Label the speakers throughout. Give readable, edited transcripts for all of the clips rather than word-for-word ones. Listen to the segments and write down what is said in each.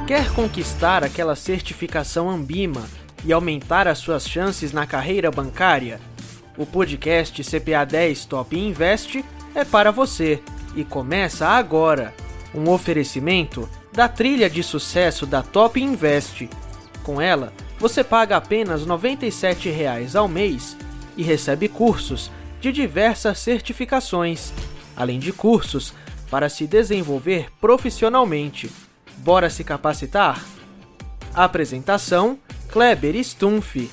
Speaker 1: Quer conquistar aquela certificação Ambima e aumentar as suas chances na carreira bancária? O podcast CPA 10 Top Invest é para você e começa agora. Um oferecimento da trilha de sucesso da Top Invest. Com ela, você paga apenas R$ 97,00 ao mês e recebe cursos de diversas certificações, além de cursos para se desenvolver profissionalmente. Bora se capacitar? Apresentação: Kleber Stumpf.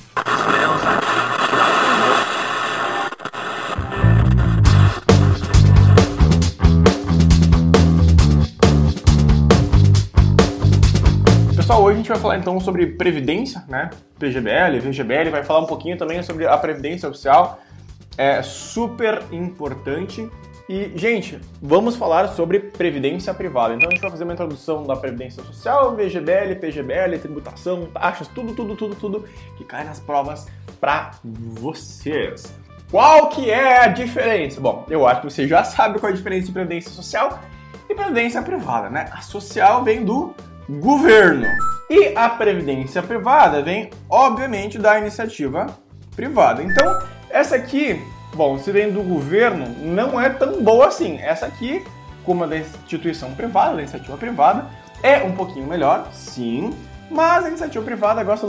Speaker 2: Pessoal, hoje a gente vai falar então sobre previdência, né? PGBL, VGBL, vai falar um pouquinho também sobre a previdência social. É super importante. E, gente, vamos falar sobre previdência privada. Então a gente vai fazer uma introdução da previdência social, VGBL, PGBL, tributação, taxas, tudo que cai nas provas para vocês. Qual que é a diferença? Bom, eu acho que você já sabe qual é a diferença de previdência social e previdência privada, né? A social vem do governo e a previdência privada vem, obviamente, da iniciativa privada. Então, essa aqui, bom, se vem do governo, não é tão boa assim. Essa aqui, como a da instituição privada, da iniciativa privada, é um pouquinho melhor, sim, mas a iniciativa privada gosta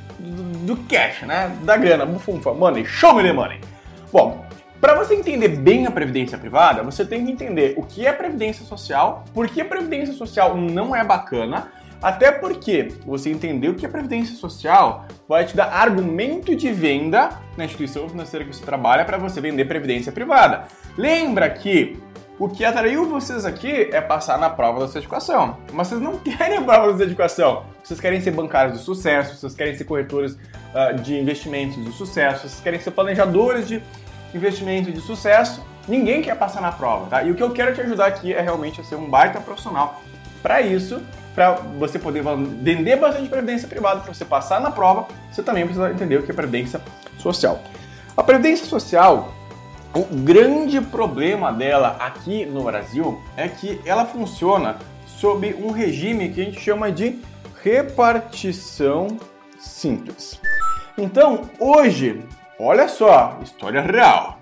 Speaker 2: do cash, né? Da grana, bufunfa, money, show me the money. Bom, para você entender bem a previdência privada, você tem que entender o que é previdência social, por que a previdência social não é bacana, até porque você entender o que é previdência social vai te dar argumento de venda na instituição financeira que você trabalha para você vender previdência privada. Lembra que o que atraiu vocês aqui é passar na prova da certificação, mas vocês não querem a prova da certificação. Vocês querem ser bancários de sucesso, vocês querem ser corretores de investimentos de sucesso, vocês querem ser planejadores de investimento de sucesso. Ninguém quer passar na prova, tá? E o que eu quero te ajudar aqui é realmente a ser um baita profissional para isso, para você poder vender bastante previdência privada, para você passar na prova, você também precisa entender o que é previdência social. A previdência social, o grande problema dela aqui no Brasil é que ela funciona sob um regime que a gente chama de repartição simples. Então, hoje, olha só, história real.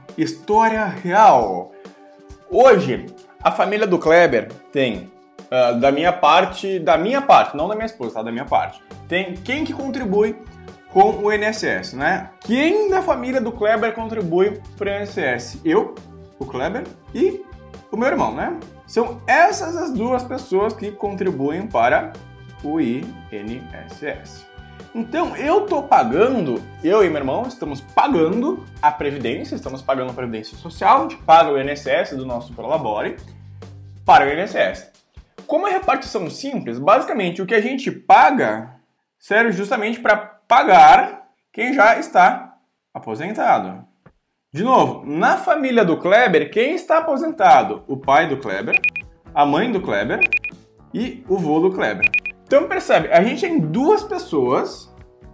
Speaker 2: Hoje, a família do Kleber tem, da minha parte, não da minha esposa, tá? Da minha parte. Tem quem que contribui com o INSS, né? Quem da família do Kleber contribui para o INSS? Eu, o Kleber e o meu irmão, né? São essas as duas pessoas que contribuem para o INSS. Então, eu e meu irmão estamos pagando a Previdência, estamos pagando a Previdência Social, a gente paga o INSS do nosso Prolabore para o INSS. Como é repartição simples, basicamente o que a gente paga serve justamente para pagar quem já está aposentado. De novo, na família do Kleber, quem está aposentado? O pai do Kleber, a mãe do Kleber e o vô do Kleber. Então percebe, a gente tem duas pessoas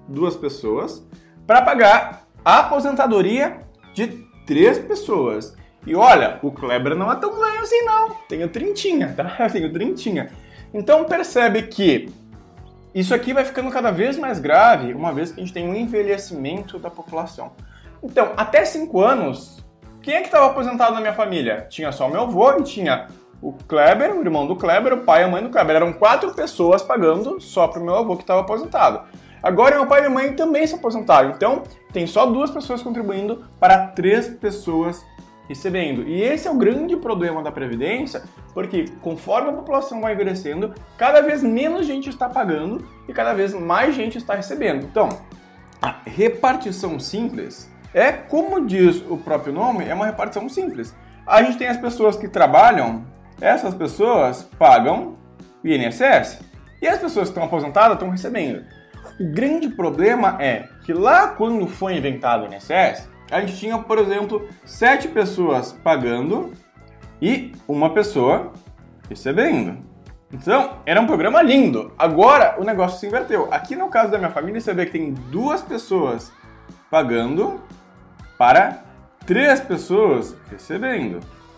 Speaker 2: para pagar a aposentadoria de 3 pessoas. E olha, o Kleber não é tão velho assim não, tenho 30, tá? Então percebe que isso aqui vai ficando cada vez mais grave, uma vez que a gente tem um envelhecimento da população. Então, até 5 anos, quem é que estava aposentado na minha família? Tinha só o meu avô e tinha o Kleber, o irmão do Kleber, o pai e a mãe do Kleber. Eram 4 pessoas pagando só para o meu avô que estava aposentado. Agora meu pai e minha mãe também se aposentaram. Então tem só 2 pessoas contribuindo para 3 pessoas recebendo. E esse é o grande problema da Previdência, porque conforme a população vai envelhecendo, cada vez menos gente está pagando e cada vez mais gente está recebendo. Então, a repartição simples é, como diz o próprio nome, é uma repartição simples. A gente tem as pessoas que trabalham, essas pessoas pagam o INSS e as pessoas que estão aposentadas estão recebendo. O grande problema é que lá quando foi inventado o INSS, a gente tinha, por exemplo, 7 pessoas pagando e 1 pessoa recebendo. Então, era um programa lindo. Agora, o negócio se inverteu. Aqui no caso da minha família, você vê que tem 2 pessoas pagando para 3 pessoas recebendo.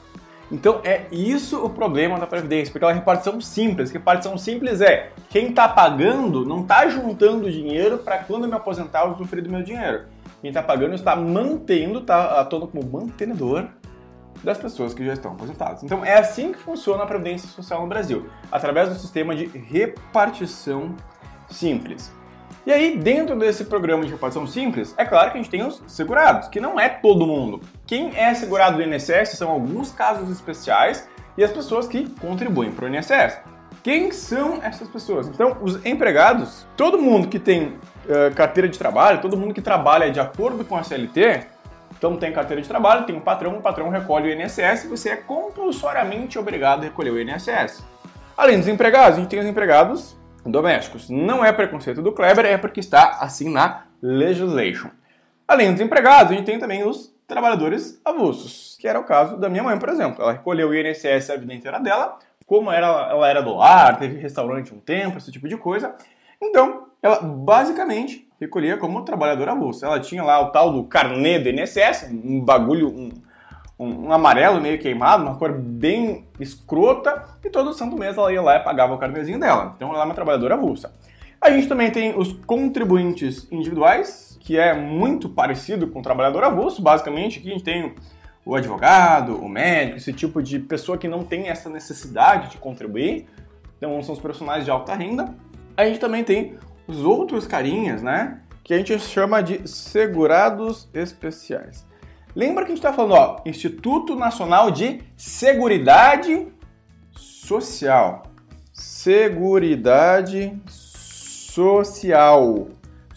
Speaker 2: Então é isso o problema da Previdência, porque ela é repartição simples. Repartição simples é quem está pagando não está juntando dinheiro para quando eu me aposentar eu usufruir do meu dinheiro. Quem está pagando está mantendo, está atuando como mantenedor das pessoas que já estão aposentadas. Então é assim que funciona a Previdência Social no Brasil, através do sistema de repartição simples. E aí, dentro desse programa de repartição simples, é claro que a gente tem os segurados, que não é todo mundo. Quem é segurado do INSS são alguns casos especiais e as pessoas que contribuem para o INSS. Quem são essas pessoas? Então, os empregados, todo mundo que tem carteira de trabalho, todo mundo que trabalha de acordo com a CLT, então tem carteira de trabalho, tem o patrão recolhe o INSS e você é compulsoriamente obrigado a recolher o INSS. Além dos empregados, a gente tem os empregados domésticos. Não é preconceito do Kleber, é porque está assim na legislation. Além dos empregados, a gente tem também os trabalhadores avulsos, que era o caso da minha mãe, por exemplo. Ela recolheu o INSS a vida inteira dela, como ela era do lar, teve restaurante um tempo, esse tipo de coisa. Então, ela basicamente recolhia como trabalhadora avulsa. Ela tinha lá o tal do carnê do INSS, um bagulho, um amarelo meio queimado, uma cor bem escrota, e todo santo mês ela ia lá e pagava o carnezinho dela. Então ela é uma trabalhadora avulsa. A gente também tem os contribuintes individuais, que é muito parecido com o trabalhador avulso. Basicamente, aqui a gente tem o advogado, o médico, esse tipo de pessoa que não tem essa necessidade de contribuir. Então são os profissionais de alta renda. A gente também tem os outros carinhas, né, que a gente chama de segurados especiais. Lembra que a gente está falando, ó, Instituto Nacional de Seguridade Social. Seguridade Social.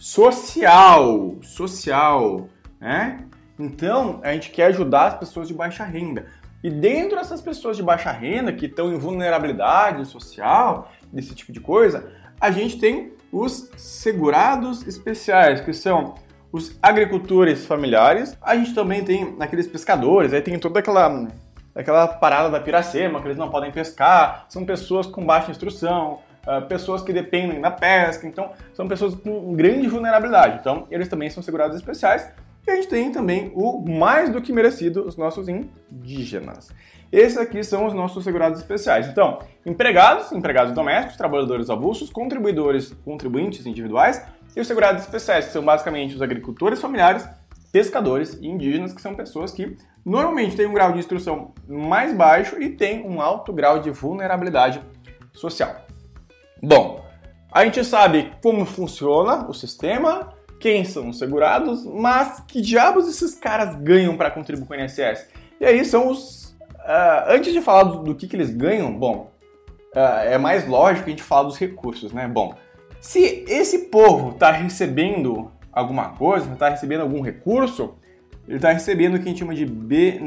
Speaker 2: Social, né? Então, a gente quer ajudar as pessoas de baixa renda. E dentro dessas pessoas de baixa renda, que estão em vulnerabilidade social, desse tipo de coisa, a gente tem os segurados especiais, que são os agricultores familiares. A gente também tem aqueles pescadores, aí tem toda aquela parada da piracema, que eles não podem pescar, são pessoas com baixa instrução, pessoas que dependem da pesca, então são pessoas com grande vulnerabilidade, então eles também são segurados especiais. E a gente tem também o mais do que merecido, os nossos indígenas. Esses aqui são os nossos segurados especiais. Então, empregados domésticos, trabalhadores avulsos, contribuintes individuais e os segurados especiais, que são basicamente os agricultores familiares, pescadores e indígenas, que são pessoas que normalmente têm um grau de instrução mais baixo e têm um alto grau de vulnerabilidade social. Bom, a gente sabe como funciona o sistema, quem são os segurados, mas que diabos esses caras ganham para contribuir com o INSS? E aí são os... antes de falar do que eles ganham, bom, é mais lógico a gente falar dos recursos, né? Bom, se esse povo está recebendo alguma coisa, está recebendo algum recurso, ele está recebendo o que a gente chama de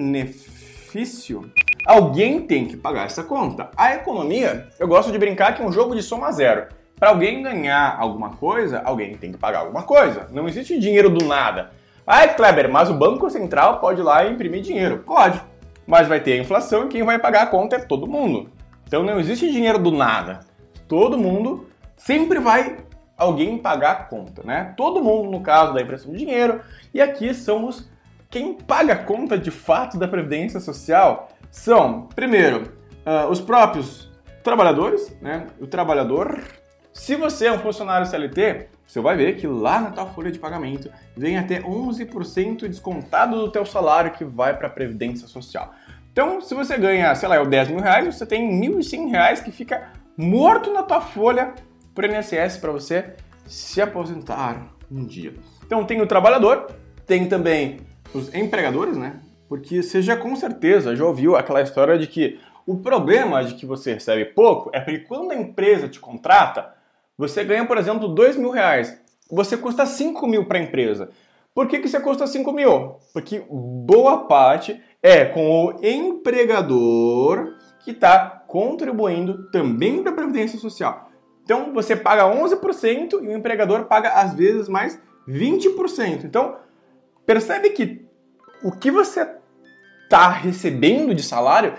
Speaker 2: benefício. Alguém tem que pagar essa conta. A economia, eu gosto de brincar que é um jogo de soma zero. Para alguém ganhar alguma coisa, alguém tem que pagar alguma coisa. Não existe dinheiro do nada. Ai, Kleber, mas o Banco Central pode ir lá e imprimir dinheiro. Pode, mas vai ter a inflação e quem vai pagar a conta é todo mundo. Então não existe dinheiro do nada. Todo mundo sempre vai alguém pagar a conta, né? Todo mundo no caso da impressão de dinheiro. E aqui somos quem paga a conta de fato da Previdência Social. São, primeiro, os próprios trabalhadores, né? O trabalhador. Se você é um funcionário CLT, você vai ver que lá na tua folha de pagamento vem até 11% descontado do teu salário que vai para a Previdência Social. Então, se você ganha, sei lá, R$10 mil, você tem R$1.100 que fica morto na tua folha para o INSS para você se aposentar um dia. Então, tem o trabalhador, tem também os empregadores, né? Porque você já com certeza já ouviu aquela história de que o problema de que você recebe pouco é porque quando a empresa te contrata, você ganha, por exemplo, R$2 mil. Você custa 5 mil para a empresa. Por que você custa 5 mil? Porque boa parte é com o empregador que está contribuindo também para a Previdência Social. Então, você paga 11% e o empregador paga, às vezes, mais 20%. Então, percebe que o que você está recebendo de salário,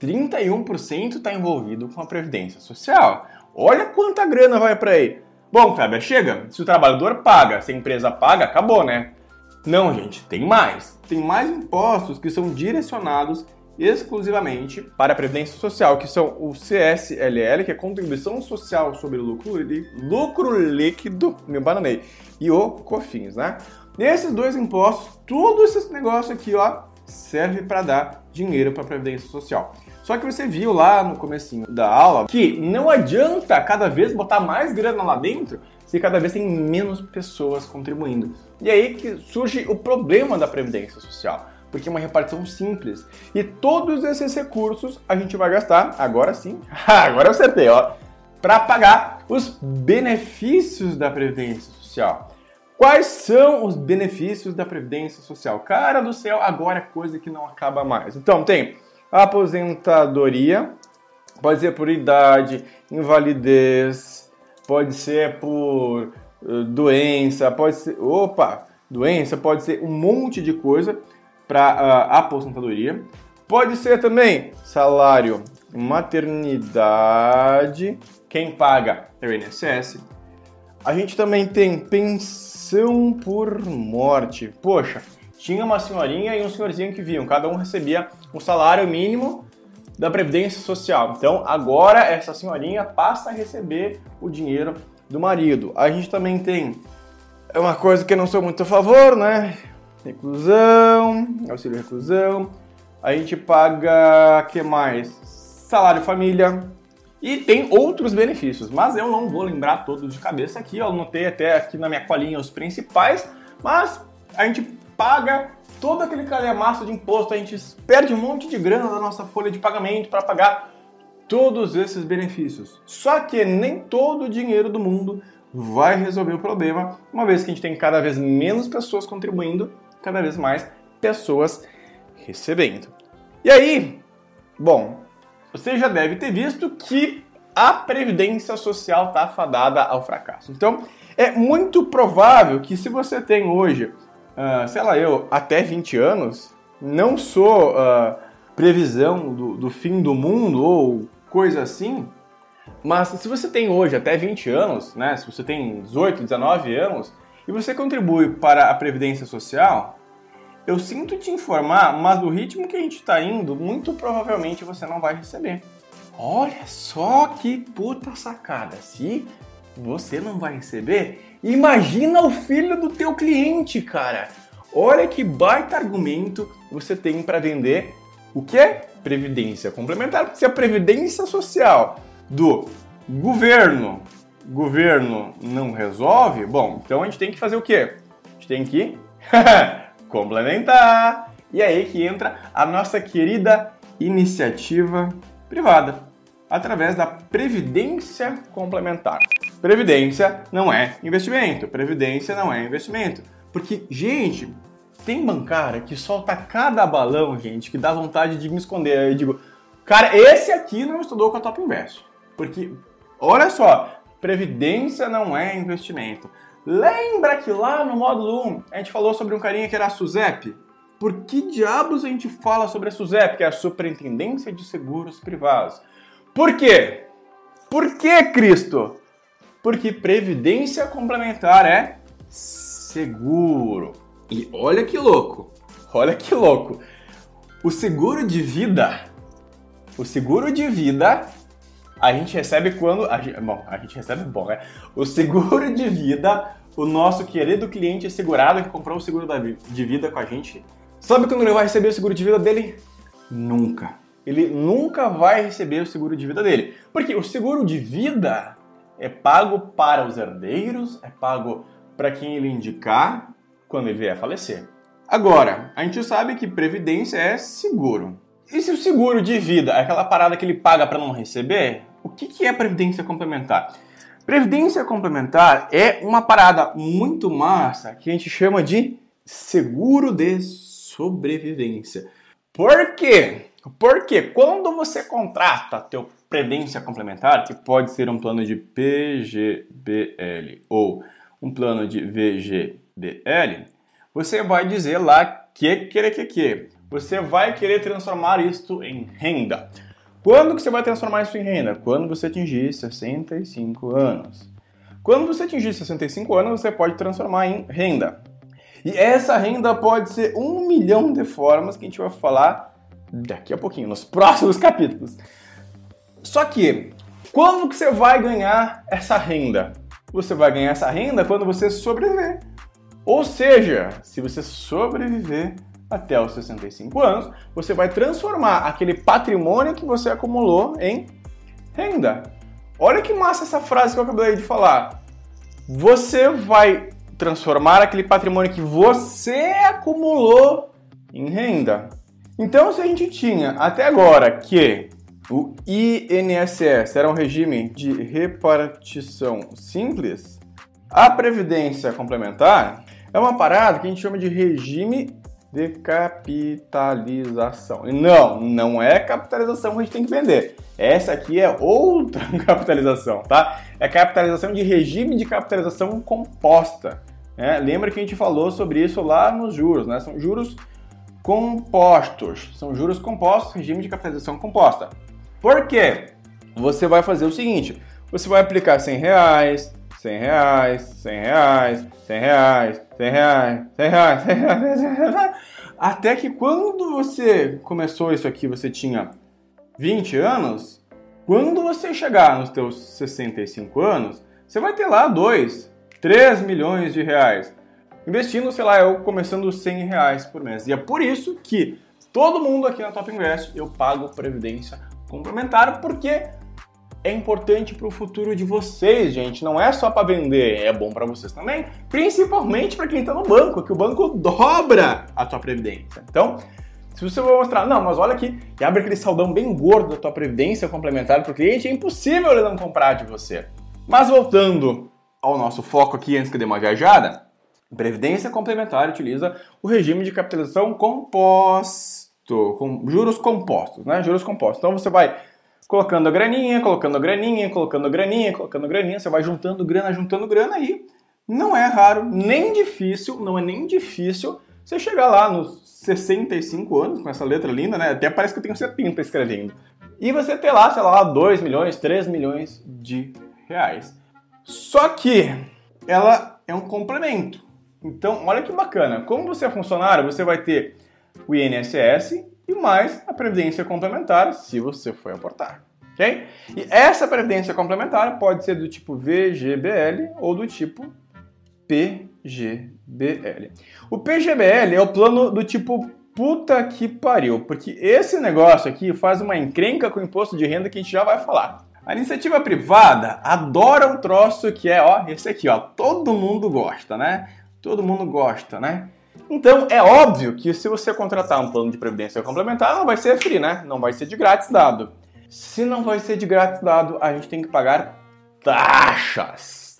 Speaker 2: 31% está envolvido com a Previdência Social. Olha quanta grana vai para aí. Bom, Kleber, chega. Se o trabalhador paga, se a empresa paga, acabou, né? Não, gente, tem mais. Tem mais impostos que são direcionados exclusivamente para a Previdência Social, que são o CSLL, que é Contribuição Social sobre Lucro Líquido, me bananei, e o COFINS, né? E esses dois impostos, tudo esse negócio aqui, ó, serve para dar dinheiro para a Previdência Social. Só que você viu lá no comecinho da aula que não adianta cada vez botar mais grana lá dentro se cada vez tem menos pessoas contribuindo. E aí que surge o problema da Previdência Social, porque é uma repartição simples. E todos esses recursos a gente vai gastar, agora sim, agora eu acertei, ó, para pagar os benefícios da Previdência Social. Quais são os benefícios da Previdência Social? Cara do céu, agora é coisa que não acaba mais. Então tem aposentadoria, pode ser por idade, invalidez, pode ser por doença, pode ser, doença, pode ser um monte de coisa para aposentadoria. Pode ser também salário, maternidade, quem paga é o INSS. A gente também tem pensão por morte. Poxa, tinha uma senhorinha e um senhorzinho que viam, cada um recebia um salário mínimo da Previdência Social. Então, agora essa senhorinha passa a receber o dinheiro do marido. A gente também tem uma coisa que eu não sou muito a favor, né? Reclusão, auxílio reclusão. A gente paga, que mais? Salário família. E tem outros benefícios, mas eu não vou lembrar todos de cabeça aqui. Eu anotei até aqui na minha colinha os principais, mas a gente paga todo aquele calhamaço de imposto, a gente perde um monte de grana da nossa folha de pagamento para pagar todos esses benefícios. Só que nem todo o dinheiro do mundo vai resolver o problema, uma vez que a gente tem cada vez menos pessoas contribuindo, cada vez mais pessoas recebendo. E aí, bom, você já deve ter visto que a Previdência Social está fadada ao fracasso. Então, é muito provável que se você tem hoje, eu até 20 anos, não sou previsão do fim do mundo ou coisa assim, mas se você tem hoje até 20 anos, né, se você tem 18, 19 anos, e você contribui para a Previdência Social, eu sinto te informar, mas do ritmo que a gente está indo, muito provavelmente você não vai receber. Olha só que puta sacada. Se você não vai receber, imagina o filho do teu cliente, cara. Olha que baita argumento você tem para vender o quê? Previdência complementar. Se a Previdência Social do governo não resolve, bom, então a gente tem que fazer o quê? A gente tem que complementar. E aí que entra a nossa querida iniciativa privada, através da Previdência Complementar. Previdência não é investimento. Previdência não é investimento. Porque, gente, tem bancária que solta cada balão, gente, que dá vontade de me esconder. Aí eu digo, cara, esse aqui não estudou com a Top Invest. Porque, olha só, Previdência não é investimento. Lembra que lá no módulo 1 a gente falou sobre um carinha que era a SUSEP? Por que diabos a gente fala sobre a SUSEP, que é a Superintendência de Seguros Privados? Por quê? Por que, Cristo? Porque Previdência Complementar é seguro. E olha que louco, o seguro de vida a gente recebe quando... O seguro de vida, o nosso querido cliente segurado que comprou o seguro de vida com a gente, sabe quando ele vai receber o seguro de vida dele? Nunca. Ele nunca vai receber o seguro de vida dele. Porque o seguro de vida é pago para os herdeiros, é pago para quem ele indicar quando ele vier a falecer. Agora, a gente sabe que previdência é seguro. E se o seguro de vida é aquela parada que ele paga para não receber, o que é previdência complementar? Previdência complementar é uma parada muito massa que a gente chama de seguro de sobrevivência. Por quê? Porque quando você contrata teu previdência complementar, que pode ser um plano de PGBL ou um plano de VGBL, você vai dizer lá que você vai querer transformar isto em renda. Quando que você vai transformar isso em renda? Quando você atingir 65 anos. Quando você atingir 65 anos, você pode transformar em renda. E essa renda pode ser 1 milhão de formas que a gente vai falar daqui a pouquinho, nos próximos capítulos. Só que, quando que você vai ganhar essa renda? Você vai ganhar essa renda quando você sobreviver. Ou seja, se você sobreviver até os 65 anos, você vai transformar aquele patrimônio que você acumulou em renda. Olha que massa essa frase que eu acabei de falar. Você vai transformar aquele patrimônio que você acumulou em renda. Então, se a gente tinha até agora que o INSS era um regime de repartição simples, a Previdência Complementar é uma parada que a gente chama de regime de capitalização. E não é capitalização que a gente tem que vender. Essa aqui é outra capitalização, tá? É capitalização de regime de capitalização composta. Lembra que a gente falou sobre isso lá nos juros, né? São juros compostos. São juros compostos, regime de capitalização composta. Por quê? Você vai fazer o seguinte, você vai aplicar R$100, R$100, R$100, R$100, R$100, R$100, até que quando você começou isso aqui, você tinha 20 anos, quando você chegar nos teus 65 anos, você vai ter lá 2, 3 milhões de reais. Investindo, sei lá, eu começando R$100 por mês. E é por isso que todo mundo aqui na Top Invest eu pago Previdência Complementar, porque é importante para o futuro de vocês, gente. Não é só para vender, é bom para vocês também, principalmente para quem está no banco, que o banco dobra a tua previdência. Então, se você vai mostrar, não, mas olha aqui, e abre aquele saldão bem gordo da tua Previdência Complementar para o cliente, é impossível ele não comprar de você. Mas voltando ao nosso foco aqui, antes que eu dê uma viajada, Previdência Complementar utiliza o regime de capitalização composto, com juros compostos, né? Juros compostos. Então você vai colocando a graninha, você vai juntando grana e não é raro, nem difícil, não é nem difícil você chegar lá nos 65 anos, com essa letra linda, né? Até parece que eu tenho 70 escrevendo. E você ter lá, sei lá, 2 milhões, 3 milhões de reais. Só que ela é um complemento. Então, olha que bacana. Como você é funcionário, você vai ter o INSS e mais a Previdência Complementar, se você for aportar. Ok? E essa Previdência Complementar pode ser do tipo VGBL ou do tipo PGBL. O PGBL é o plano do tipo puta que pariu, porque esse negócio aqui faz uma encrenca com o imposto de renda que a gente já vai falar. A iniciativa privada adora um troço que é, esse aqui, todo mundo gosta, né? Todo mundo gosta, né? Então, é óbvio que se você contratar um plano de previdência complementar, não vai ser free, né? Não vai ser de grátis dado. Se não vai ser de grátis dado, a gente tem que pagar taxas.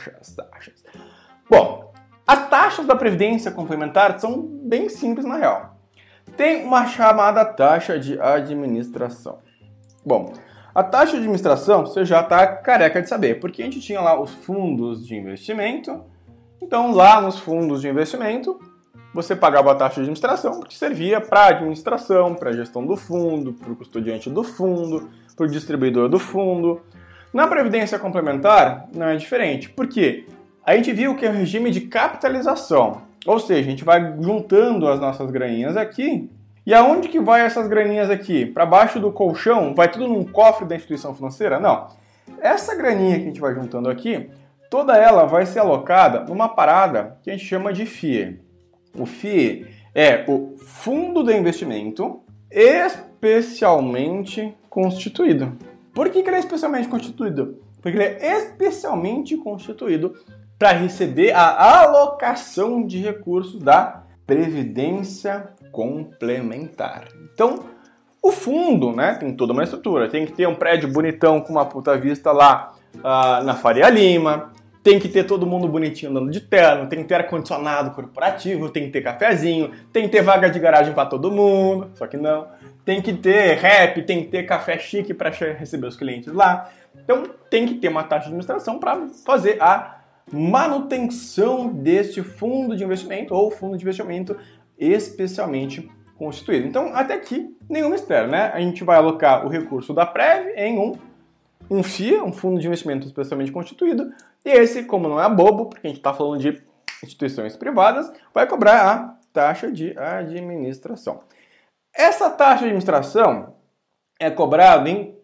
Speaker 2: Bom, as taxas da previdência complementar são bem simples na real. Tem uma chamada taxa de administração. Bom, a taxa de administração você já está careca de saber, porque a gente tinha lá os fundos de investimento. Então, lá nos fundos de investimento, você pagava a taxa de administração, porque servia para a administração, para a gestão do fundo, para o custodiante do fundo, para o distribuidor do fundo. Na Previdência Complementar, não é diferente, porque a gente viu que é o regime de capitalização, ou seja, a gente vai juntando as nossas graninhas aqui, e aonde que vai essas graninhas aqui? Para baixo do colchão? Vai tudo num cofre da instituição financeira? Não. Essa graninha que a gente vai juntando aqui, toda ela vai ser alocada numa parada que a gente chama de FIE. O FIE é o Fundo de Investimento Especialmente Constituído. Por que ele é especialmente constituído? Porque ele é especialmente constituído para receber a alocação de recursos da Previdência Complementar. Então, o fundo, né, tem toda uma estrutura. Tem que ter um prédio bonitão com uma puta vista lá na Faria Lima. Tem que ter todo mundo bonitinho andando de terno, tem que ter ar-condicionado corporativo, tem que ter cafezinho, tem que ter vaga de garagem para todo mundo, só que não. Tem que ter rap, tem que ter café chique para receber os clientes lá. Então tem que ter uma taxa de administração para fazer a manutenção deste fundo de investimento ou fundo de investimento especialmente constituído. Então até aqui nenhum mistério, né? A gente vai alocar o recurso da Prev em um FIA, um fundo de investimento especialmente constituído, e esse, como não é bobo, porque a gente está falando de instituições privadas, vai cobrar a taxa de administração. Essa taxa de administração é cobrada em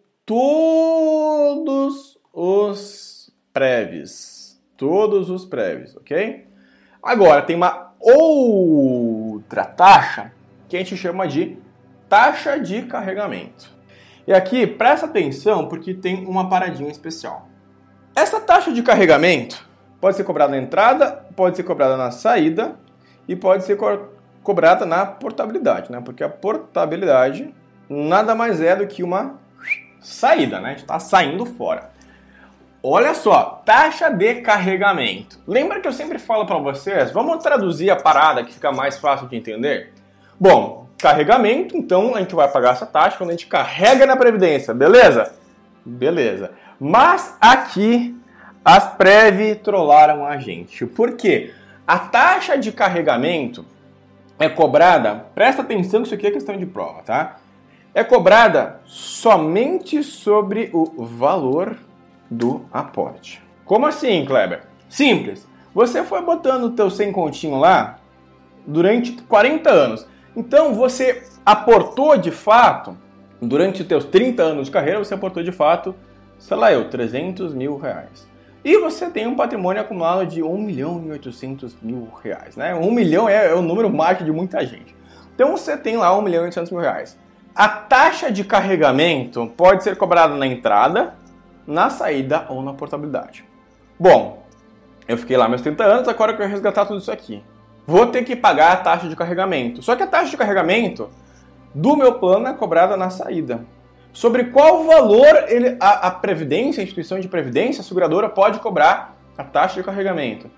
Speaker 2: todos os prévios. Todos os prévios, ok? Agora, tem uma outra taxa que a gente chama de taxa de carregamento. E aqui, presta atenção porque tem uma paradinha especial. Essa taxa de carregamento pode ser cobrada na entrada, pode ser cobrada na saída e pode ser cobrada na portabilidade, né? Porque a portabilidade nada mais é do que uma saída, né? A gente está saindo fora. Olha só, taxa de carregamento. Lembra que eu sempre falo para vocês? Vamos traduzir a parada que fica mais fácil de entender? Bom, carregamento, então a gente vai pagar essa taxa quando a gente carrega na Previdência, beleza? Beleza. Mas aqui as Prev trollaram a gente. Por quê? A taxa de carregamento é cobrada, presta atenção que isso aqui é questão de prova, tá? É cobrada somente sobre o valor do aporte. Como assim, Kleber? Simples. Você foi botando o teu 100 continho lá durante 40 anos. Então você aportou de fato, durante os teus 30 anos de carreira, você aportou de fato, sei lá 300 mil reais. E você tem um patrimônio acumulado de 1.800.000 reais, né? 1 milhão é o número mágico de muita gente. Então você tem lá 1.800.000 reais. A taxa de carregamento pode ser cobrada na entrada, na saída ou na portabilidade. Bom, eu fiquei lá meus 30 anos, agora eu quero resgatar tudo isso aqui. Vou ter que pagar a taxa de carregamento. Só que a taxa de carregamento do meu plano é cobrada na saída. Sobre qual valor a Previdência, a instituição de Previdência, a seguradora, pode cobrar a taxa de carregamento?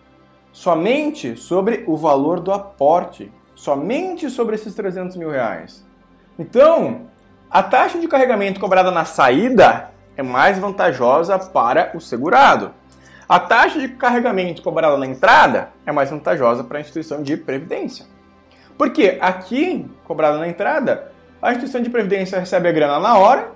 Speaker 2: Somente sobre o valor do aporte. Somente sobre esses 300 mil reais. Então, a taxa de carregamento cobrada na saída é mais vantajosa para o segurado. A taxa de carregamento cobrada na entrada é mais vantajosa para a instituição de Previdência. Porque aqui, cobrada na entrada, a instituição de Previdência recebe a grana na hora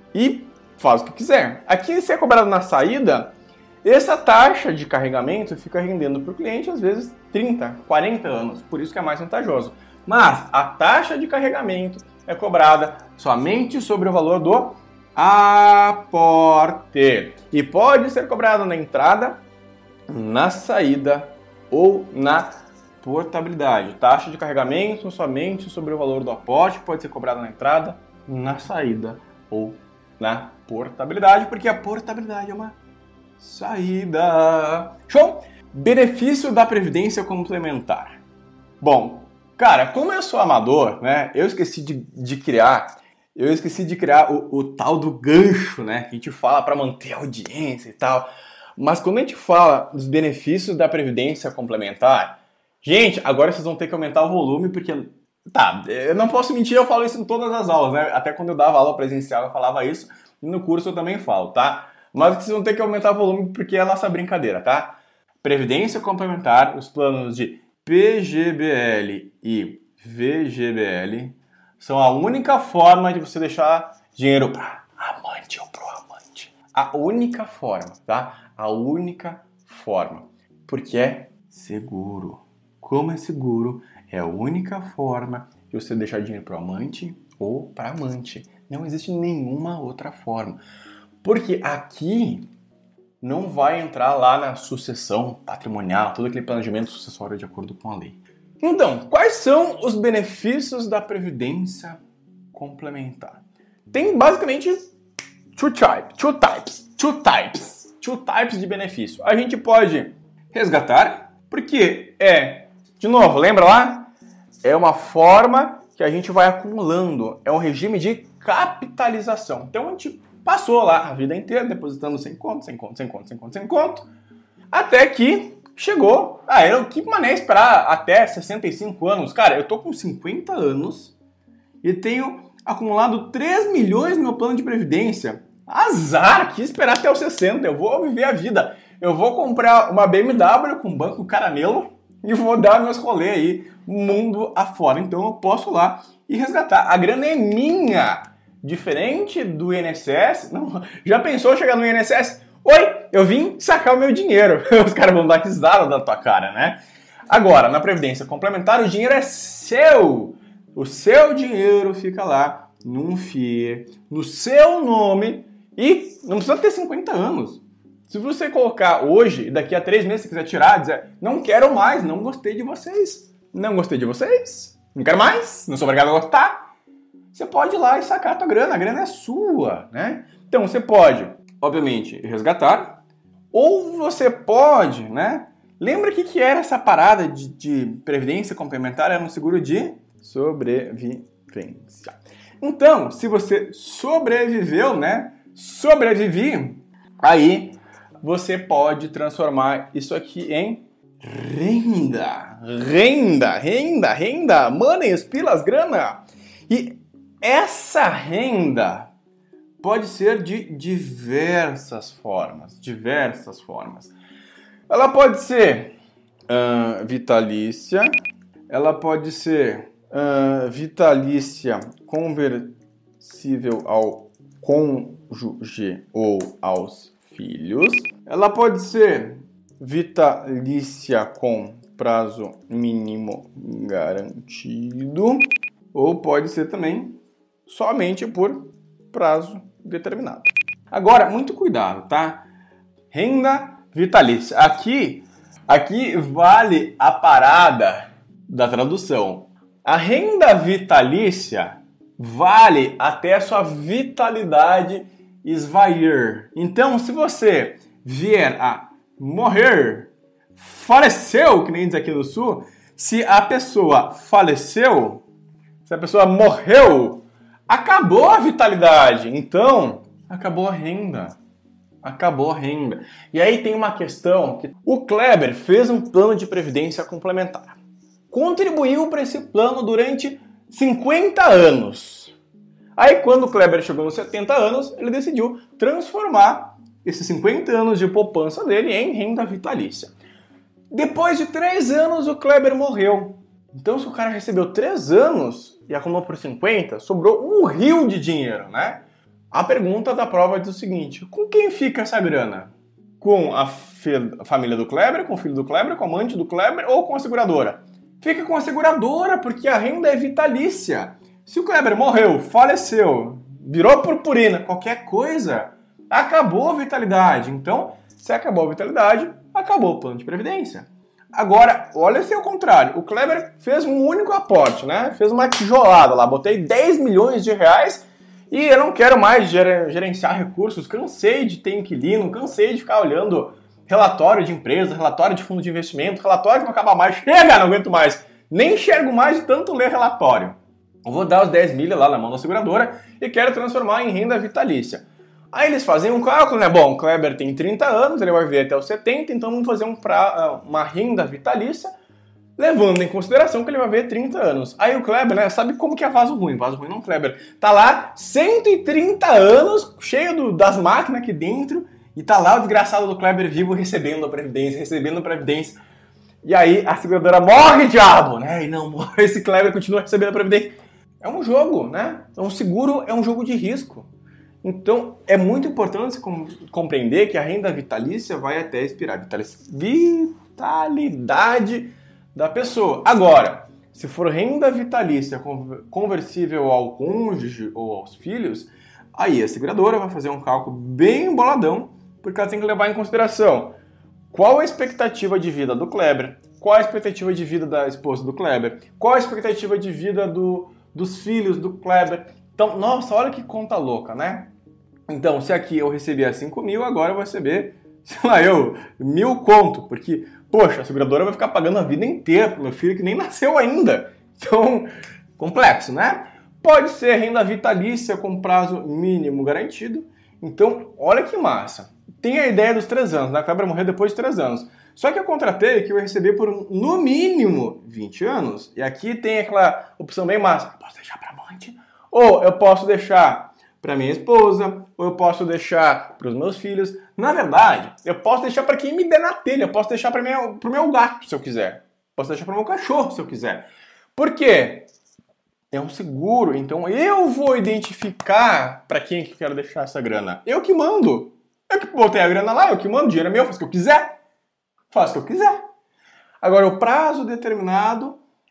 Speaker 2: e faz o que quiser. Aqui, se é cobrado na saída, essa taxa de carregamento fica rendendo para o cliente, às vezes, 30, 40 anos. Por isso que é mais vantajoso. Mas a taxa de carregamento é cobrada somente sobre o valor do aporte. E pode ser cobrada na entrada, na saída ou na portabilidade. Taxa de carregamento somente sobre o valor do aporte, pode ser cobrada na entrada, na saída ou na portabilidade, porque a portabilidade é uma saída. Show? Benefício da Previdência Complementar. Bom, cara, como eu sou amador, né, eu esqueci de criar o tal do gancho, né, que a gente fala para manter a audiência e tal. Mas quando a gente fala dos benefícios da Previdência Complementar, gente, agora vocês vão ter que aumentar o volume, porque, tá, eu não posso mentir, eu falo isso em todas as aulas, né? Até quando eu dava aula presencial eu falava isso, e no curso eu também falo, tá? Mas vocês vão ter que aumentar o volume porque é a nossa brincadeira, tá? Previdência Complementar, os planos de PGBL e VGBL são a única forma de você deixar dinheiro para amante ou pro amante. A única forma, tá? A única forma. Porque é seguro. Como é seguro, é a única forma de você deixar dinheiro para o amante ou para amante. Não existe nenhuma outra forma. Porque aqui não vai entrar lá na sucessão patrimonial, todo aquele planejamento sucessório de acordo com a lei. Então, quais são os benefícios da Previdência Complementar? Tem basicamente two types de benefício. A gente pode resgatar, porque de novo, lembra lá? É uma forma que a gente vai acumulando. É um regime de capitalização. Então a gente passou lá a vida inteira depositando sem conto, até que chegou. Que mané esperar até 65 anos? Cara, eu tô com 50 anos e tenho acumulado 3 milhões no meu plano de previdência. Azar, que esperar até os 60. Eu vou viver a vida. Eu vou comprar uma BMW com banco caramelo e vou dar meus rolês aí, mundo afora. Então eu posso lá e resgatar. A grana é minha. Diferente do INSS. Não, já pensou chegar no INSS? Oi, eu vim sacar o meu dinheiro. Os caras vão dar risada da tua cara, né? Agora, na Previdência Complementar, o dinheiro é seu. O seu dinheiro fica lá num FIE, no seu nome, e não precisa ter 50 anos. Se você colocar hoje e daqui a 3 meses você quiser tirar, dizer, não quero mais, não gostei de vocês, não gostei de vocês, não quero mais, não sou obrigado a gostar, você pode ir lá e sacar a tua grana, a grana é sua, né? Então você pode, obviamente, resgatar, ou você pode, né? Lembra que era essa parada de previdência complementar? Era um seguro de sobrevivência. Então, se você sobreviveu, né? Sobrevivi, aí você pode transformar isso aqui em renda. Renda. Monies, pilas, grana. E essa renda pode ser de diversas formas. Ela pode ser vitalícia. Ela pode ser vitalícia conversível ao cônjuge ou aos filhos. Ela pode ser vitalícia com prazo mínimo garantido. Ou pode ser também somente por prazo determinado. Agora, muito cuidado, tá? Renda vitalícia. Aqui vale a parada da tradução. A renda vitalícia vale até a sua vitalidade esvair. Então, se você vier a morrer, faleceu, que nem diz aqui no Sul, se a pessoa faleceu, se a pessoa morreu, acabou a vitalidade. Então, acabou a renda. E aí tem uma questão que o Kleber fez um plano de previdência complementar. Contribuiu para esse plano durante 50 anos. Aí quando o Kleber chegou nos 70 anos, ele decidiu transformar esses 50 anos de poupança dele em renda vitalícia. Depois de 3 anos, o Kleber morreu. Então, se o cara recebeu 3 anos e acumulou por 50, sobrou um rio de dinheiro, né? A pergunta da prova diz o seguinte: com quem fica essa grana? Com a família do Kleber, com o filho do Kleber, com a amante do Kleber ou com a seguradora? Fica com a seguradora, porque a renda é vitalícia. Se o Kleber morreu, faleceu, virou purpurina, qualquer coisa, acabou a vitalidade. Então, se acabou a vitalidade, acabou o plano de previdência. Agora, olha se é o contrário. O Kleber fez um único aporte, né? Fez uma tijolada lá, botei 10 milhões de reais e eu não quero mais gerenciar recursos. Cansei de ter inquilino, cansei de ficar olhando relatório de empresa, relatório de fundo de investimento, relatório que não acaba mais. Chega, não aguento mais. Nem enxergo mais de tanto ler relatório. Eu vou dar os 10 milha lá na mão da seguradora e quero transformar em renda vitalícia. Aí eles fazem um cálculo, né? Bom, o Kleber tem 30 anos, ele vai viver até os 70, então vamos fazer uma renda vitalícia, levando em consideração que ele vai viver 30 anos. Aí o Kleber, né, sabe como que é vaso ruim? Vaso ruim não, Kleber. Tá lá 130 anos, cheio das máquinas aqui dentro, e tá lá o desgraçado do Kleber vivo recebendo a previdência. E aí a seguradora morre, diabo, né? E não morre, esse Kleber continua recebendo a previdência. É um jogo, né? Um seguro é um jogo de risco. Então, é muito importante compreender que a renda vitalícia vai até expirar. Vitalidade da pessoa. Agora, se for renda vitalícia conversível ao cônjuge ou aos filhos, aí a seguradora vai fazer um cálculo bem boladão, porque ela tem que levar em consideração qual a expectativa de vida do Kleber, qual a expectativa de vida da esposa do Kleber, qual a expectativa de vida dos filhos do Kleber. Então, nossa, olha que conta louca, né? Então, se aqui eu recebia 5 mil, agora eu vou receber, sei lá, 1.000 conto, porque, poxa, a seguradora vai ficar pagando a vida inteira pro meu filho que nem nasceu ainda. Então, complexo, né? Pode ser renda vitalícia com prazo mínimo garantido. Então, olha que massa. Tem a ideia dos 3 anos, né? A Kleber morreu depois de 3 anos. Só que eu contratei que eu ia receber por, no mínimo, 20 anos. E aqui tem aquela opção bem massa. Eu posso deixar para amante, ou eu posso deixar para minha esposa, ou eu posso deixar para os meus filhos. Na verdade, eu posso deixar para quem me der na telha. Eu posso deixar para o meu gato, se eu quiser. Posso deixar para o meu cachorro, se eu quiser. Por quê? É um seguro, então eu vou identificar para quem que eu quero deixar essa grana. Eu que mando. Eu que botei a grana lá, eu que mando, o dinheiro é meu, faço o que eu quiser. Faço o que eu quiser. Agora, o prazo determinado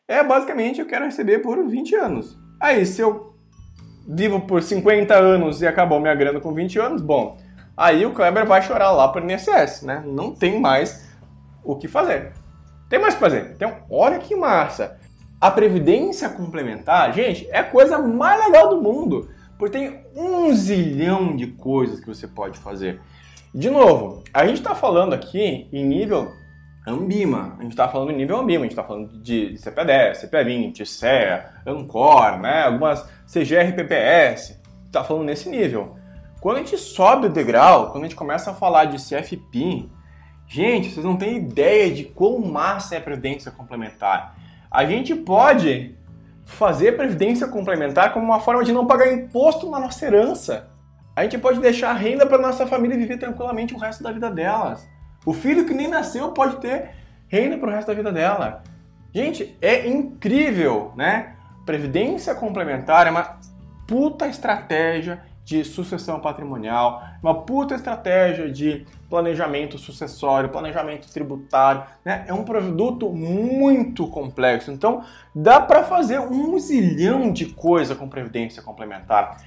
Speaker 2: Basicamente, eu quero receber por 20 anos. Aí, se eu vivo por 50 anos e acabou minha grana com 20 anos, bom, aí o Kleber vai chorar lá para o INSS, né? Não tem mais o que fazer. Tem mais o que fazer. Então, olha que massa. A previdência complementar, gente, é a coisa mais legal do mundo. Porque tem 1 zilhão de coisas que você pode fazer. De novo, a gente está falando aqui em nível Ambima. A gente está falando em nível Ambima. A gente está falando de CPA10, CPA20, CEA, Ancor, né? Algumas CGR, PPS. Está falando nesse nível. Quando a gente sobe o degrau, quando a gente começa a falar de CFP, gente, vocês não têm ideia de quão massa é a previdência complementar. A gente pode fazer previdência complementar como uma forma de não pagar imposto na nossa herança. A gente pode deixar renda para nossa família viver tranquilamente o resto da vida delas. O filho que nem nasceu pode ter renda para o resto da vida dela. Gente, é incrível, né? Previdência complementar é uma puta estratégia de sucessão patrimonial, uma puta estratégia de planejamento sucessório, planejamento tributário, né? É um produto muito complexo, então dá para fazer 1 zilhão de coisa com previdência complementar.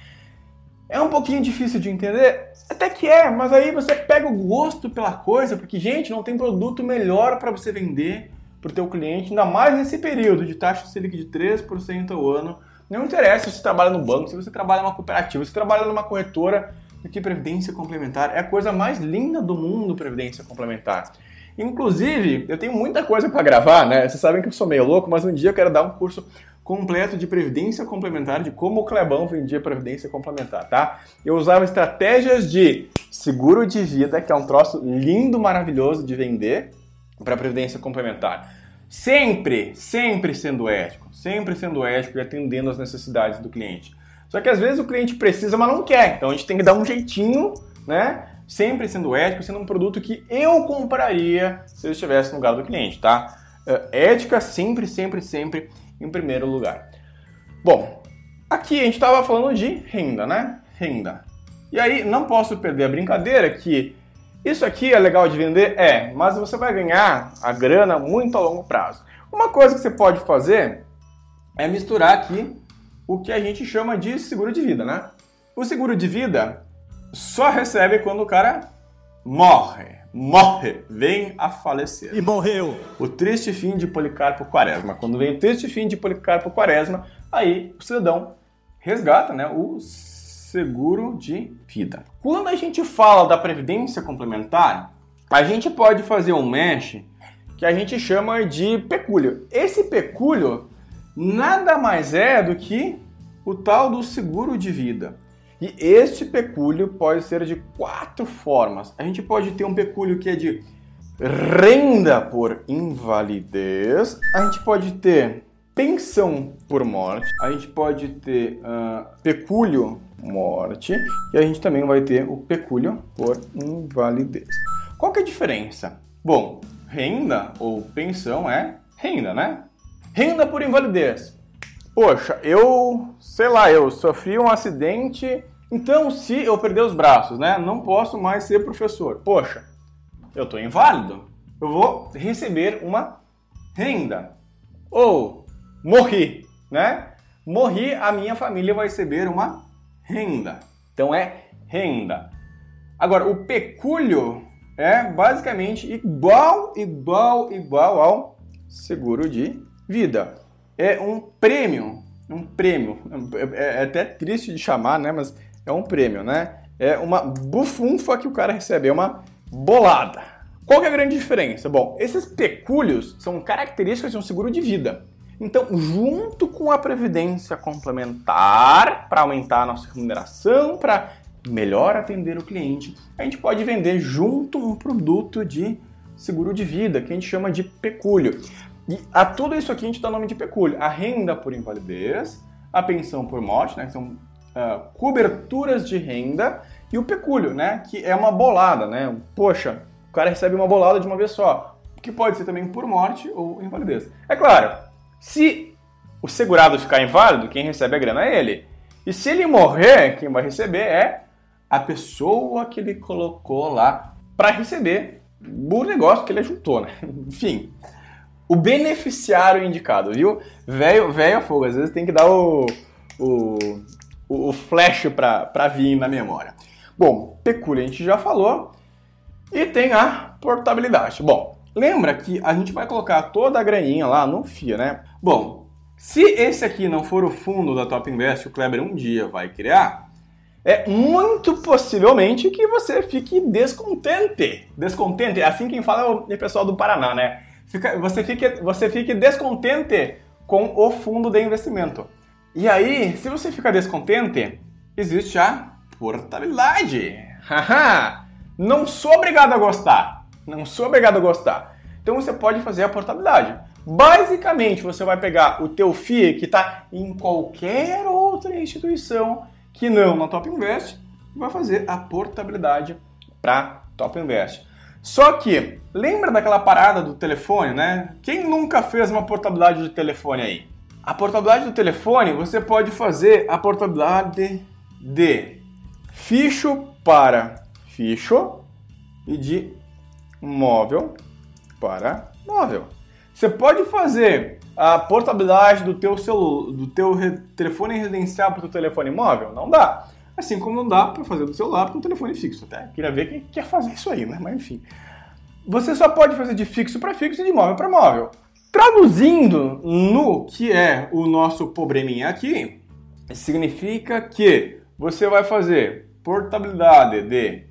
Speaker 2: É um pouquinho difícil de entender? Até que é, mas aí você pega o gosto pela coisa, porque, gente, não tem produto melhor para você vender para o teu cliente, ainda mais nesse período de taxa Selic de 3% ao ano. Não interessa se você trabalha no banco, se você trabalha numa cooperativa, se você trabalha numa corretora, porque previdência complementar é a coisa mais linda do mundo, previdência complementar. Inclusive, eu tenho muita coisa para gravar, né? Vocês sabem que eu sou meio louco, mas um dia eu quero dar um curso completo de previdência complementar, de como o Clebão vendia previdência complementar, tá? Eu usava estratégias de seguro de vida, que é um troço lindo, maravilhoso de vender, para previdência complementar. Sempre sendo ético e atendendo às necessidades do cliente. Só que às vezes o cliente precisa, mas não quer. Então a gente tem que dar um jeitinho, né? Sempre sendo ético, sendo um produto que eu compraria se eu estivesse no lugar do cliente, tá? Ética sempre em primeiro lugar. Bom, aqui a gente estava falando de renda, né? Renda. E aí não posso perder a brincadeira que isso aqui é legal de vender? Mas você vai ganhar a grana muito a longo prazo. Uma coisa que você pode fazer é misturar aqui o que a gente chama de seguro de vida, né? O seguro de vida só recebe quando o cara morre, vem a falecer.
Speaker 3: E morreu.
Speaker 2: O triste fim de Policarpo Quaresma. Quando vem o triste fim de Policarpo Quaresma, aí o cidadão resgata, né, o seguro de vida. Quando a gente fala da previdência complementar, a gente pode fazer um mesh que a gente chama de pecúlio. Esse pecúlio nada mais é do que o tal do seguro de vida. E este pecúlio pode ser de 4 formas. A gente pode ter um pecúlio que é de renda por invalidez, a gente pode ter pensão por morte, a gente pode ter pecúlio morte e a gente também vai ter o pecúlio por invalidez. Qual que é a diferença? Bom, renda ou pensão é renda, né? Renda por invalidez. Poxa, eu sofri um acidente, então se eu perder os braços, né, não posso mais ser professor. Poxa, eu estou inválido, eu vou receber uma renda. Ou morri, né? Morri, a minha família vai receber uma renda. Então é renda. Agora, o pecúlio é basicamente igual ao seguro de vida. É um prêmio. É até triste de chamar, né? Mas é um prêmio, né? É uma bufunfa que o cara recebe, é uma bolada. Qual que é a grande diferença? Bom, esses pecúlios são características de um seguro de vida. Então, junto com a previdência complementar, para aumentar a nossa remuneração, para melhor atender o cliente, a gente pode vender junto um produto de seguro de vida, que a gente chama de pecúlio. E a tudo isso aqui a gente dá o nome de pecúlio. A renda por invalidez, a pensão por morte, né, que são coberturas de renda, e o pecúlio, né, que é uma bolada, né? Poxa, o cara recebe uma bolada de uma vez só, que pode ser também por morte ou invalidez. É claro, se o segurado ficar inválido, quem recebe a grana é ele. E se ele morrer, quem vai receber é a pessoa que ele colocou lá para receber o negócio que ele juntou, né? Enfim, o beneficiário indicado, viu? Velho é fogo, às vezes tem que dar o flash pra vir na memória. Bom, pecúlia a gente já falou. E tem a portabilidade. Bom, lembra que a gente vai colocar toda a graninha lá no FIA, né? Bom, se esse aqui não for o fundo da Top Invest que o Kleber um dia vai criar, é muito possivelmente que você fique descontente. Descontente, assim quem fala é o pessoal do Paraná, né? Você fique descontente com o fundo de investimento. E aí, se você ficar descontente, existe a portabilidade. Haha! Não sou obrigado a gostar. Não sou obrigado a gostar. Então você pode fazer a portabilidade. Basicamente, você vai pegar o teu FII que está em qualquer outra instituição que não na Top Invest e vai fazer a portabilidade para Top Invest. Só que, lembra daquela parada do telefone, né? Quem nunca fez uma portabilidade de telefone aí? A portabilidade do telefone, você pode fazer a portabilidade de ficho para ficho e de móvel para móvel. Você pode fazer a portabilidade do teu telefone residencial para o teu telefone móvel? Não dá. Assim como não dá para fazer do celular para um telefone fixo. Até queria ver quem quer fazer isso aí, né? Mas enfim. Você só pode fazer de fixo para fixo e de móvel para móvel. Traduzindo no que é o nosso probleminha aqui, significa que você vai fazer portabilidade de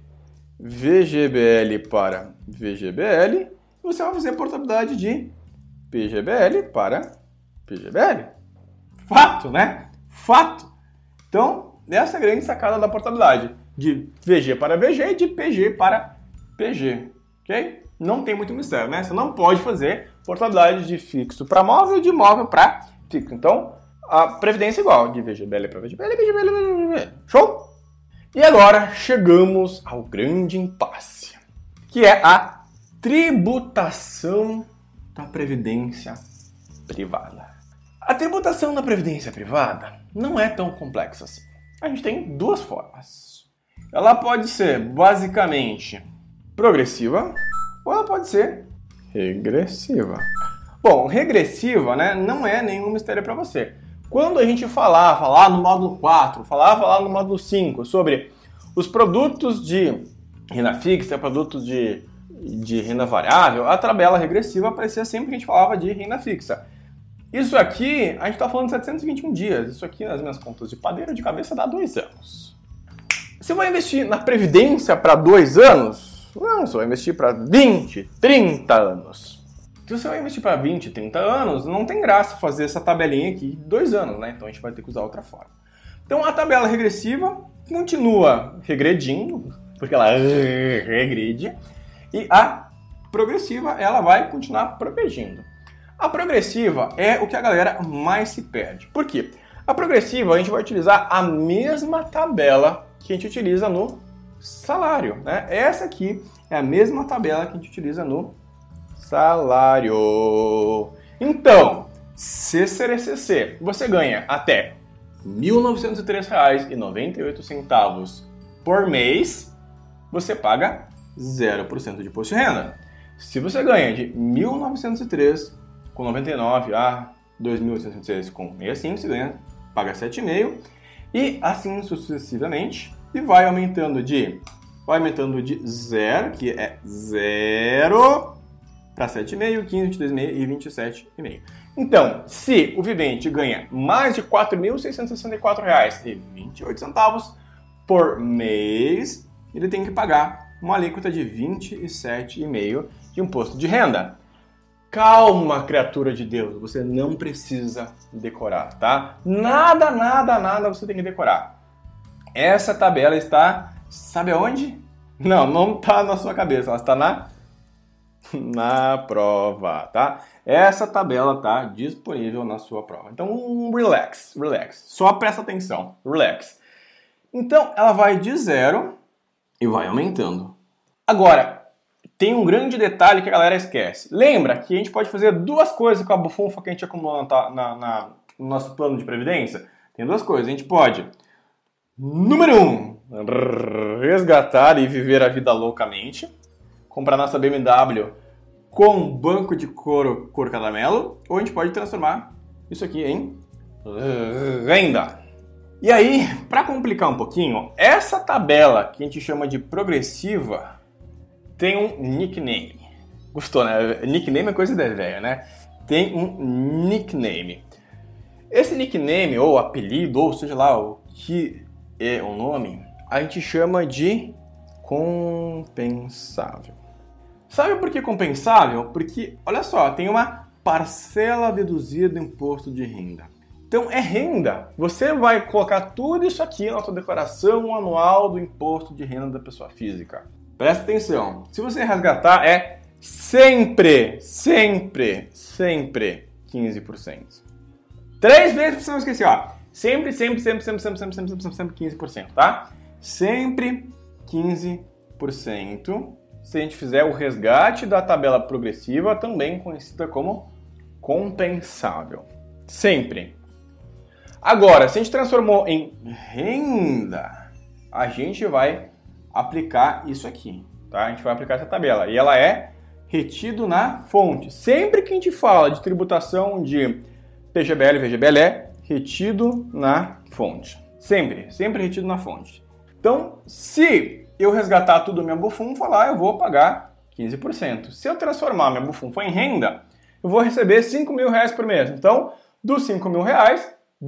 Speaker 2: VGBL para VGBL e você vai fazer portabilidade de PGBL para PGBL. Fato, né? Fato. Então, essa é a grande sacada da portabilidade. De VG para VG e de PG para PG. Ok? Não tem muito mistério, né? Você não pode fazer portabilidade de fixo para móvel e de móvel para fixo. Então, a previdência é igual. De VGBL para VGBL, VGBL para VGBL. Show? E agora chegamos ao grande impasse, que é a tributação da previdência privada. A tributação da previdência privada não é tão complexa assim. A gente tem duas formas. Ela pode ser basicamente progressiva ou ela pode ser regressiva. Bom, regressiva, né, não é nenhum mistério para você. Quando a gente falava lá no módulo 4, falava lá no módulo 5 sobre os produtos de renda fixa, produtos de renda variável, a tabela regressiva aparecia sempre que a gente falava de renda fixa. Isso aqui, a gente está falando de 721 dias. Isso aqui, nas minhas contas de padeiro de cabeça, dá 2 anos. Você vai investir na previdência para 2 anos? Não, você vai investir para 20, 30 anos. Se você vai investir para 20, 30 anos, não tem graça fazer essa tabelinha aqui de 2 anos, né? Então a gente vai ter que usar outra forma. Então a tabela regressiva continua regredindo, porque ela regride, e a progressiva ela vai continuar progredindo. A progressiva é o que a galera mais se perde. Por quê? A progressiva a gente vai utilizar a mesma tabela que a gente utiliza no salário, né? Essa aqui é a mesma tabela que a gente utiliza no salário. Então, CCRCC, você ganha até R$ 1.903,98 por mês, você paga 0% de imposto de renda. Se você ganha de R$ 1.903,99 a R$ 2.806,65, você paga 7,5% e assim sucessivamente. E vai aumentando de 0, que é 0, para 7,5, 15, 22,5 e 27,5. Então, se o vivente ganha mais de R$ 4.664,28 por mês, ele tem que pagar uma alíquota de 27,5% de imposto de renda. Calma, criatura de Deus, você não precisa decorar, tá? Nada você tem que decorar. Essa tabela está, sabe aonde? Não está na sua cabeça, ela está na prova, tá? Essa tabela está disponível na sua prova. Então, relax. Só presta atenção, relax. Então, ela vai de 0 e vai aumentando. Agora, tem um grande detalhe que a galera esquece. Lembra que a gente pode fazer 2 coisas com a bufunfa que a gente acumula no nosso plano de previdência? Tem 2 coisas. A gente pode, número 1, resgatar e viver a vida loucamente. Comprar nossa BMW com banco de couro cor caramelo, ou a gente pode transformar isso aqui em renda. E aí, para complicar um pouquinho, essa tabela que a gente chama de progressiva tem um nickname. Gostou, né? Nickname é coisa de velho, né? Tem um nickname. Esse nickname, ou apelido, ou seja lá o que é o nome, a gente chama de compensável. Sabe por que compensável? Porque, olha só, tem uma parcela deduzida do imposto de renda. Então, é renda. Você vai colocar tudo isso aqui na sua declaração anual do imposto de renda da pessoa física. Presta atenção. Se você resgatar, é sempre 15%. 3 vezes pra você não esquecer, ó. Sempre 15%, tá? Sempre 15%. Se a gente fizer o resgate da tabela progressiva, também conhecida como compensável. Sempre. Agora, se a gente transformou em renda, a gente vai aplicar isso aqui, tá? A gente vai aplicar essa tabela e ela é retido na fonte. Sempre que a gente fala de tributação de PGBL e VGBL é retido na fonte. Sempre retido na fonte. Então, se eu resgatar tudo minha bufunfa, eu vou pagar 15%. Se eu transformar minha bufunfa em renda, eu vou receber R$5.000 por mês. Então, dos R$5.000,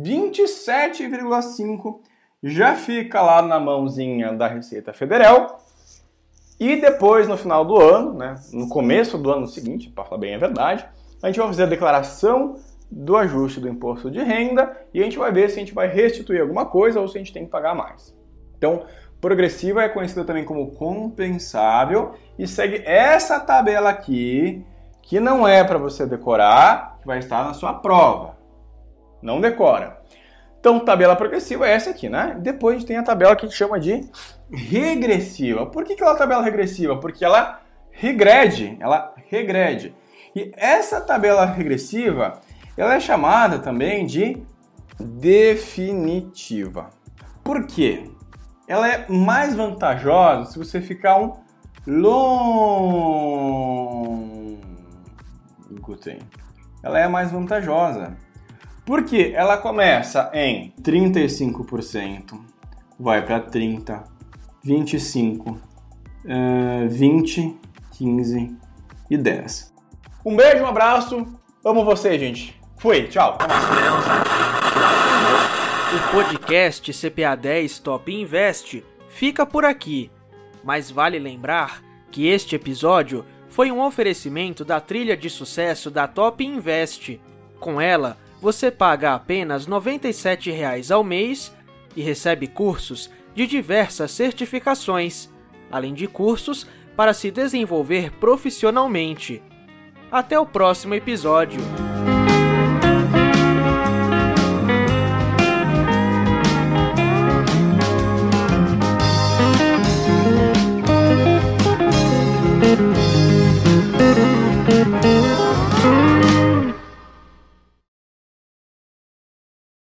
Speaker 2: 27,5 já fica lá na mãozinha da Receita Federal. E depois, no final do ano, né, no começo do ano seguinte, para falar bem a verdade, a gente vai fazer a declaração do ajuste do imposto de renda e a gente vai ver se a gente vai restituir alguma coisa ou se a gente tem que pagar mais. Então, progressiva é conhecida também como compensável e segue essa tabela aqui, que não é para você decorar, que vai estar na sua prova. Não decora. Então, tabela progressiva é essa aqui, né? Depois a gente tem a tabela que a gente chama de regressiva. Por que ela é uma tabela regressiva? Porque ela regrede. E essa tabela regressiva, ela é chamada também de definitiva. Por quê? Ela é mais vantajosa se você ficar um longo tempo. Ela é mais vantajosa. Porque ela começa em 35%, vai para 30%, 25%, 20%, 15% e 10%. Um beijo, um abraço, amo você, gente. Fui, tchau.
Speaker 1: O podcast CPA 10 Top Invest fica por aqui, mas vale lembrar que este episódio foi um oferecimento da trilha de sucesso da Top Invest. Com ela, você paga apenas R$ 97,00 ao mês e recebe cursos de diversas certificações, além de cursos para se desenvolver profissionalmente. Até o próximo episódio!